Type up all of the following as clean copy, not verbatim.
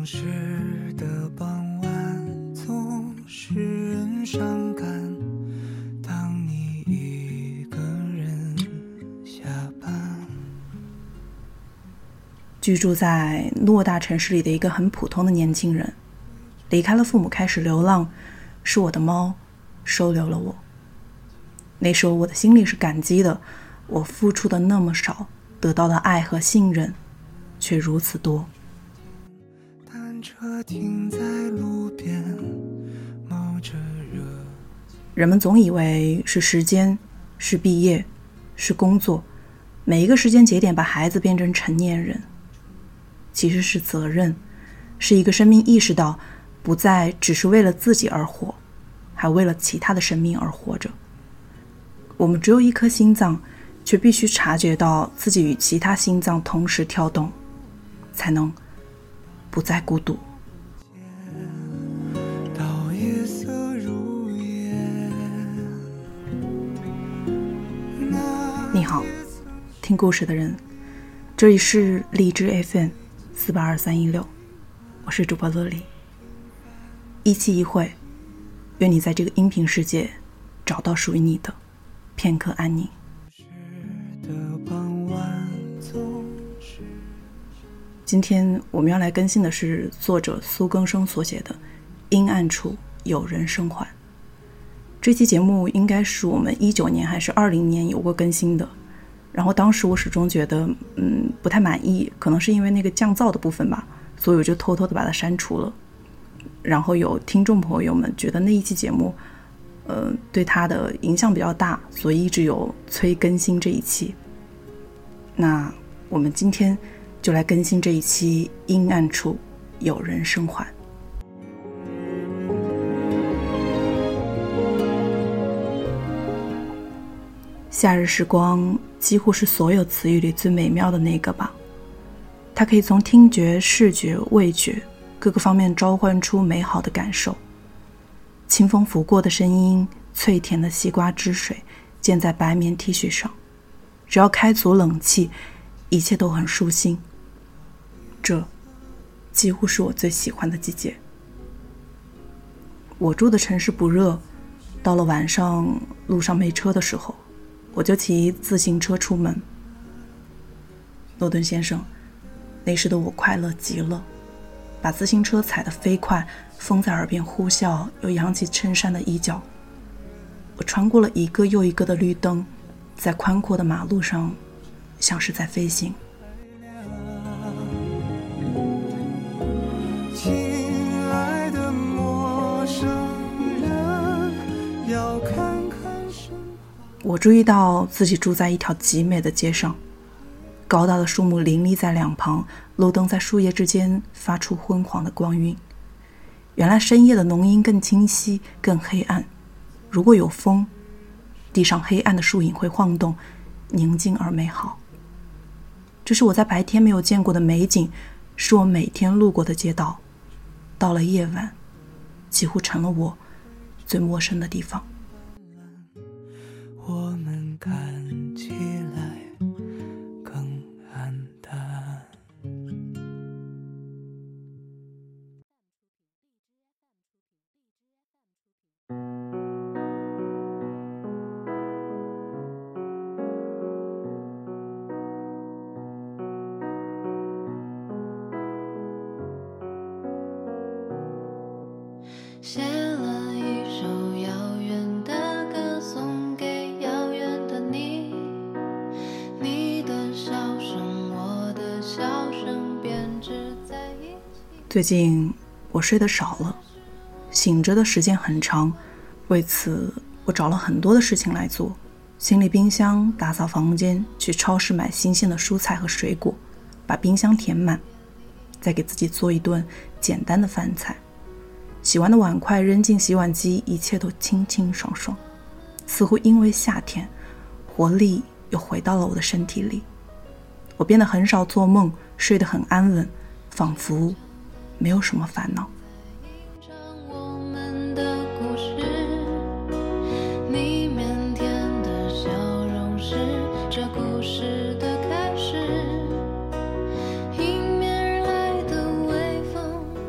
往事的傍晚总是人伤感，当你一个人下班。 居住在偌大城市里的一个很普通的年轻人，离开了父母开始流浪，是我的猫收留了我。那时候我的心里是感激的，我付出的那么少，得到的爱和信任却如此多。 单车停在路边，冒着热。 人们总以为是时间，是毕业，是工作，每一个时间节点把孩子变成成年人，其实是责任，是一个生命意识到不再只是为了自己而活，还为了其他的生命而活着。我们只有一颗心脏，却必须察觉到自己与其他心脏同时跳动，才能不再孤独。 到夜色如夜。 你好，听故事的人，这里是荔枝 FM482316，我是主播乐丽。一期一会，愿你在这个音频世界找到属于你的片刻安宁。今天我们要来更新的是作者苏更生所写的《阴暗处有人生还》。这期节目应该是我们19年还是20年有过更新的，然后当时我始终觉得不太满意，可能是因为那个降噪的部分吧，所以我就偷偷的把它删除了。然后有听众朋友们觉得那一期节目对他的影响比较大，所以一直有催更新这一期。那我们今天就来更新这一期《阴暗处有人生还》。夏日时光几乎是所有词语里最美妙的那个吧，它可以从听觉、视觉、味觉各个方面召唤出美好的感受。清风拂过的声音，脆甜的西瓜汁水溅在白棉 T 恤上，只要开足冷气，一切都很舒心。这几乎是我最喜欢的季节。我住的城市不热，到了晚上路上没车的时候，我就骑自行车出门。诺顿先生，那时的我快乐极了，把自行车踩得飞快，风在耳边呼啸，又扬起衬衫的衣角。我穿过了一个又一个的绿灯，在宽阔的马路上像是在飞行。 亲爱的陌生人，要看看身旁。 我注意到自己住在一条极美的街上，高大的树木林立在两旁，路灯在树叶之间发出昏黄的光晕。原来深夜的浓荫更清晰，更黑暗。如果有风，地上黑暗的树影会晃动，宁静而美好。这是我在白天没有见过的美景，是我每天路过的街道。到了夜晚，几乎成了我最陌生的地方。 我们看起来更暗淡。 写了一首遥远的歌送给遥远的你，你的笑声我的笑声编织在一起。 最近我睡得少了，醒着的时间很长，为此我找了很多的事情来做，清理冰箱，打扫房间，去超市买新鲜的蔬菜和水果，把冰箱填满，再给自己做一顿简单的饭菜。洗完的碗筷扔进洗碗机，一切都清清爽爽，似乎因为夏天，活力又回到了我的身体里。我变得很少做梦，睡得很安稳，仿佛没有什么烦恼。 我们的故事，你腼腆的笑容是这故事的开始。迎面而来的微风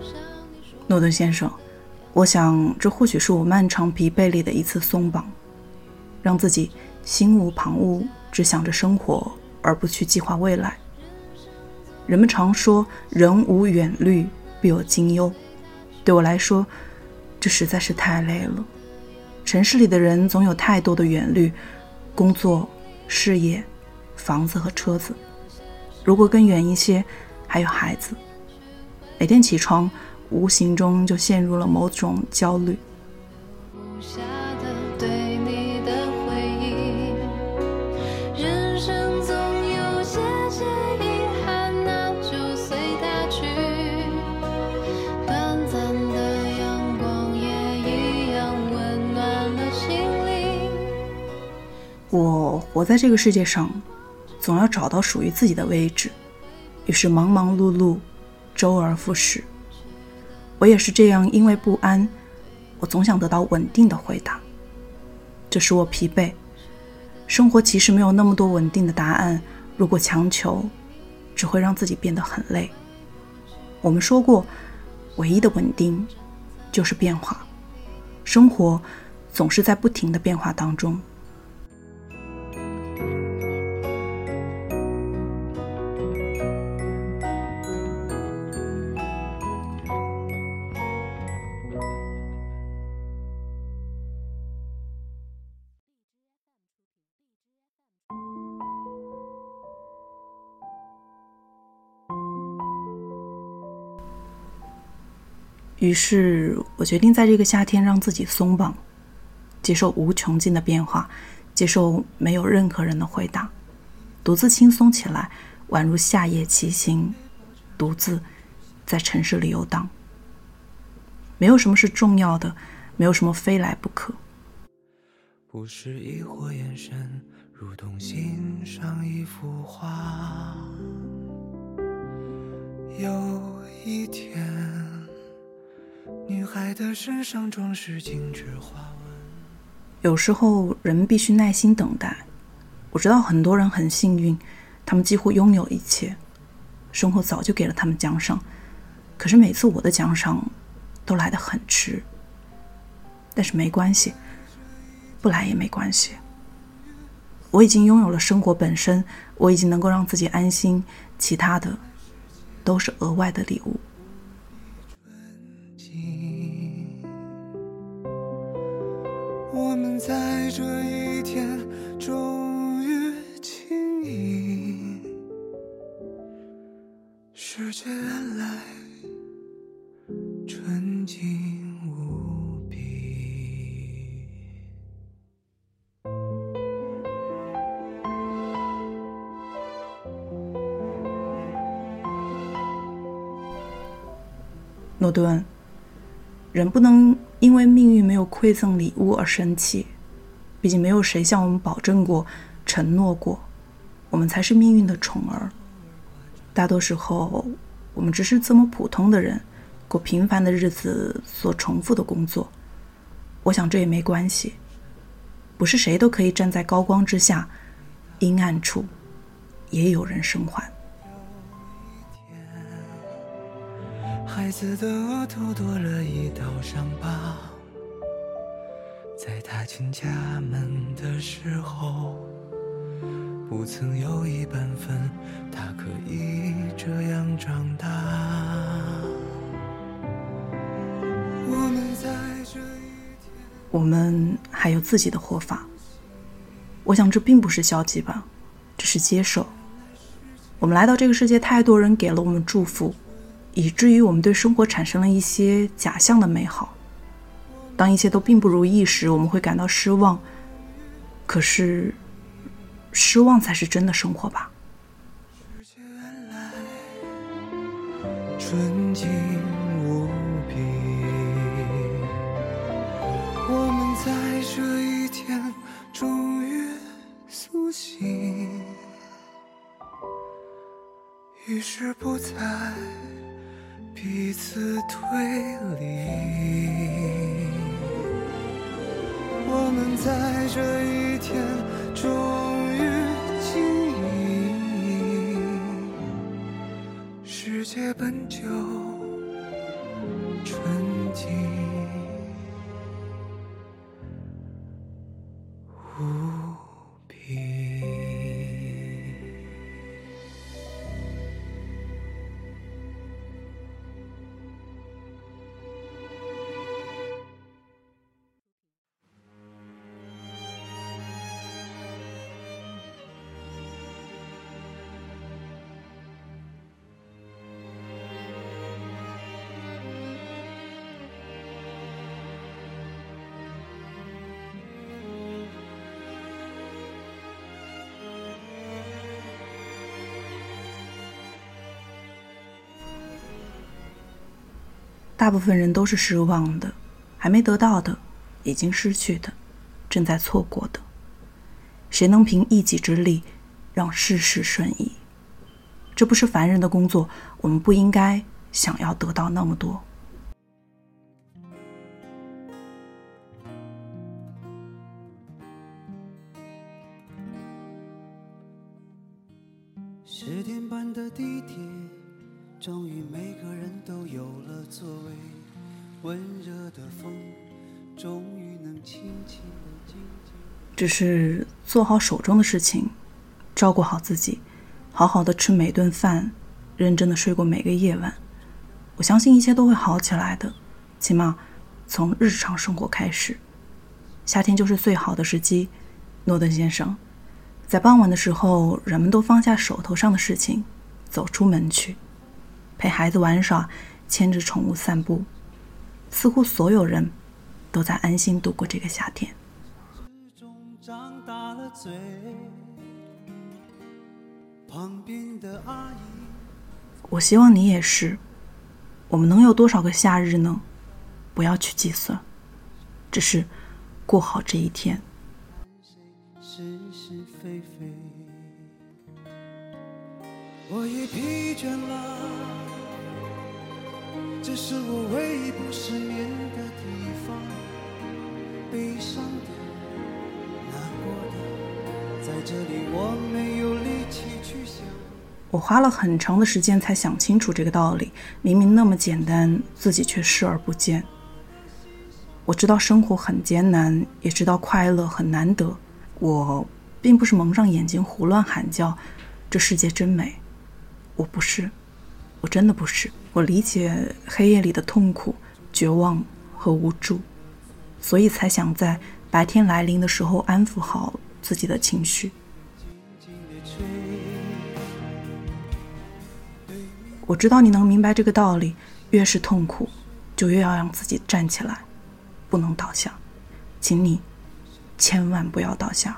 诺顿先生，我想这或许是我漫长疲惫里的一次松绑，让自己心无旁骛，只想着生活，而不去计划未来。人们常说人无远虑，必有近忧，对我来说，这实在是太累了。城市里的人总有太多的远虑，工作、事业、房子和车子。如果更远一些，还有孩子。每天起床，无形中就陷入了某种焦虑。 下的对你的回忆，人生总有些遗憾，那就随它去。短暂的阳光也一样温暖了心灵。 我活在这个世界上，总要找到属于自己的位置，于是忙忙碌碌，周而复始。我也是这样，因为不安，我总想得到稳定的回答，这使我疲惫。生活其实没有那么多稳定的答案，如果强求，只会让自己变得很累。我们说过，唯一的稳定就是变化，生活总是在不停的变化当中。于是我决定在这个夏天让自己松绑，接受无穷尽的变化，接受没有任何人的回答，独自轻松起来，宛如夏夜骑行，独自在城市里游荡。没有什么是重要的，没有什么非来不可。 不是疑惑眼神，如同欣赏一幅画。有一天，女孩的身上装饰精致花纹。 有时候人必须耐心等待。我知道很多人很幸运，他们几乎拥有一切，生活早就给了他们奖赏，可是每次我的奖赏都来得很迟。但是没关系，不来也没关系。我已经拥有了生活本身，我已经能够让自己安心，其他的都是额外的礼物。 我们在这一天终于轻易，世界原来纯净无比。 诺顿，人不能因为命运没有馈赠礼物而生气，毕竟没有谁向我们保证过、承诺过，我们才是命运的宠儿。大多时候，我们只是这么普通的人，过平凡的日子，做重复的工作。我想这也没关系，不是谁都可以站在高光之下，阴暗处也有人生还。 孩子的额头多了一道伤疤，在踏进家门的时候，不曾有一半分他可以这样长大。我们在这一天， 我们还有自己的活法。我想这并不是消极吧，只是接受。我们来到这个世界，太多人给了我们祝福，以至于我们对生活产生了一些假象的美好。当一切都并不如意时，我们会感到失望，可是失望才是真的生活吧。 世界原来纯净无比，我们在这一天终于苏醒，于是不再彼此推理。我们在这一天终于经历，世界本就纯净无比。 大部分人都是失望的，还没得到的，已经失去的，正在错过的。谁能凭一己之力让事事顺意？这不是凡人的工作，我们不应该想要得到那么多。 10点半的地铁，终于每个人都有了座位，温热的风终于能轻轻地静静。 只是做好手中的事情，照顾好自己，好好的吃每顿饭，认真的睡过每个夜晚，我相信一切都会好起来的，起码从日常生活开始。夏天就是最好的时机，诺顿先生。在傍晚的时候，人们都放下手头上的事情，走出门去，陪孩子玩耍，牵着宠物散步，似乎所有人都在安心度过这个夏天。 长大了嘴，旁边的阿姨， 我希望你也是。我们能有多少个夏日呢？不要去计算，只是过好这一天。 是是非非，我也疲倦了，这是我唯一不失眠的地方。悲伤的，难过的，在这里我没有力气去想。 我花了很长的时间才想清楚这个道理，明明那么简单，自己却视而不见。我知道生活很艰难，也知道快乐很难得。我并不是蒙上眼睛胡乱喊叫，这世界真美。我不是，我真的不是。我理解黑夜里的痛苦、绝望和无助，所以才想在白天来临的时候安抚好自己的情绪。我知道你能明白这个道理，越是痛苦，就越要让自己站起来，不能倒下。请你千万不要倒下。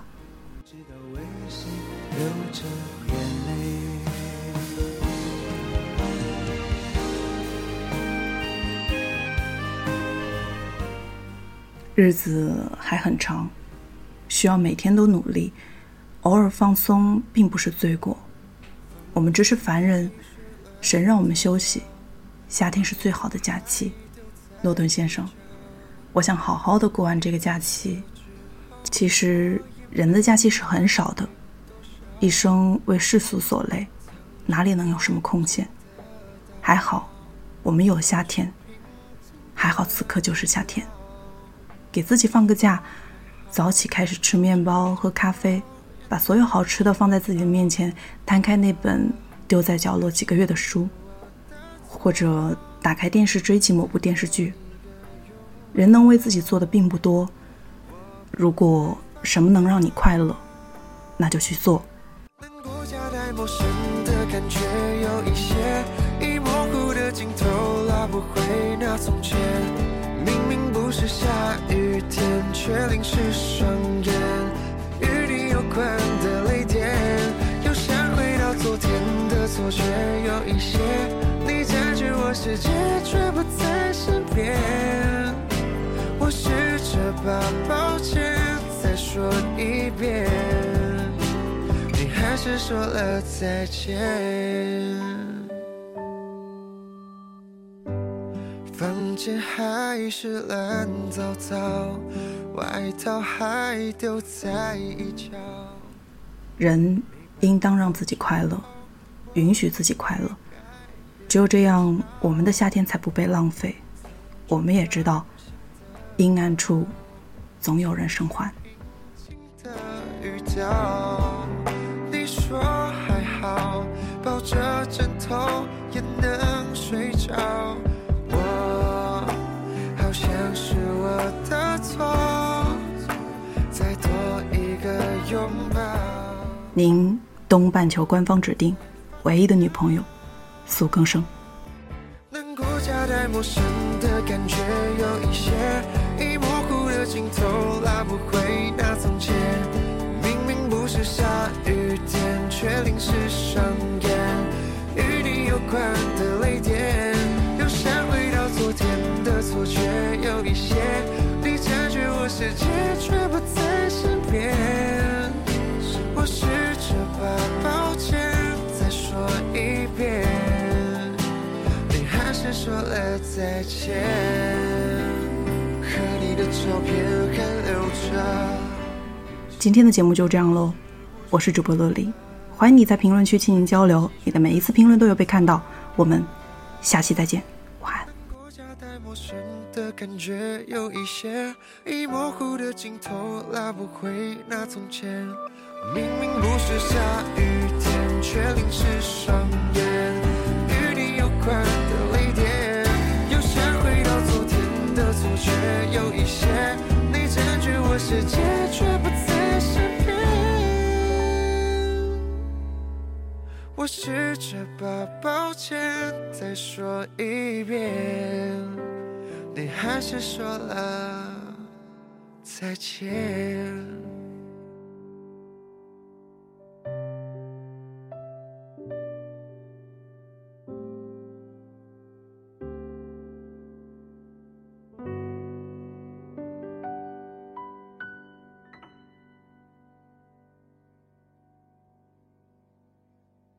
日子还很长，需要每天都努力，偶尔放松并不是罪过。我们只是凡人，神让我们休息，夏天是最好的假期。诺顿先生，我想好好的过完这个假期。其实人的假期是很少的，一生为世俗所累，哪里能有什么空闲？还好我们有夏天，还好此刻就是夏天。给自己放个假，早起开始吃面包喝咖啡，把所有好吃的放在自己的面前，摊开那本丢在角落几个月的书，或者打开电视追起某部电视剧。人能为自己做的并不多，如果什么能让你快乐，那就去做。 能够夹带陌生的感觉，有一些已模糊的镜头拉不回那从前。明明不是下雨天，却淋湿双眼。与你有关的泪点，又想回到昨天的错觉，有一些你占据我世界，却不在身边。我试着把抱歉再说一遍，你还是说了再见。房间还是乱糟糟，外套还丢在一角。 人应当让自己快乐，允许自己快乐， 只有这样，我们的夏天才不被浪费。我们也知道，阴暗处总有人生还。 你说还好，抱着枕头也能睡着。我好像是我的错，再多一个拥抱。 您东半球官方指定唯一的女朋友苏更生。 能够夹带陌生的感觉，有一些已模糊的镜头，拉不回那从前。明明不是下雨天，却淋湿双眼。与你有关的泪点，又想回到昨天的错觉，有一些你占据我世界，却不在身边。我试着把抱歉再说一遍，还是说了再见，和你的照片还留着。 今天的节目就这样咯，我是主播乐丽，欢迎你在评论区进行交流，你的每一次评论都有被看到。我们下期再见，晚安。 国家带陌生的感觉，有一些已模糊的镜头，拉不回那从前。明明不是下雨天，却淋湿双眼。与你有关的泪点，又想回到昨天的错觉，有一些你占据我世界，却不在身边。我试着把抱歉再说一遍，你还是说了再见。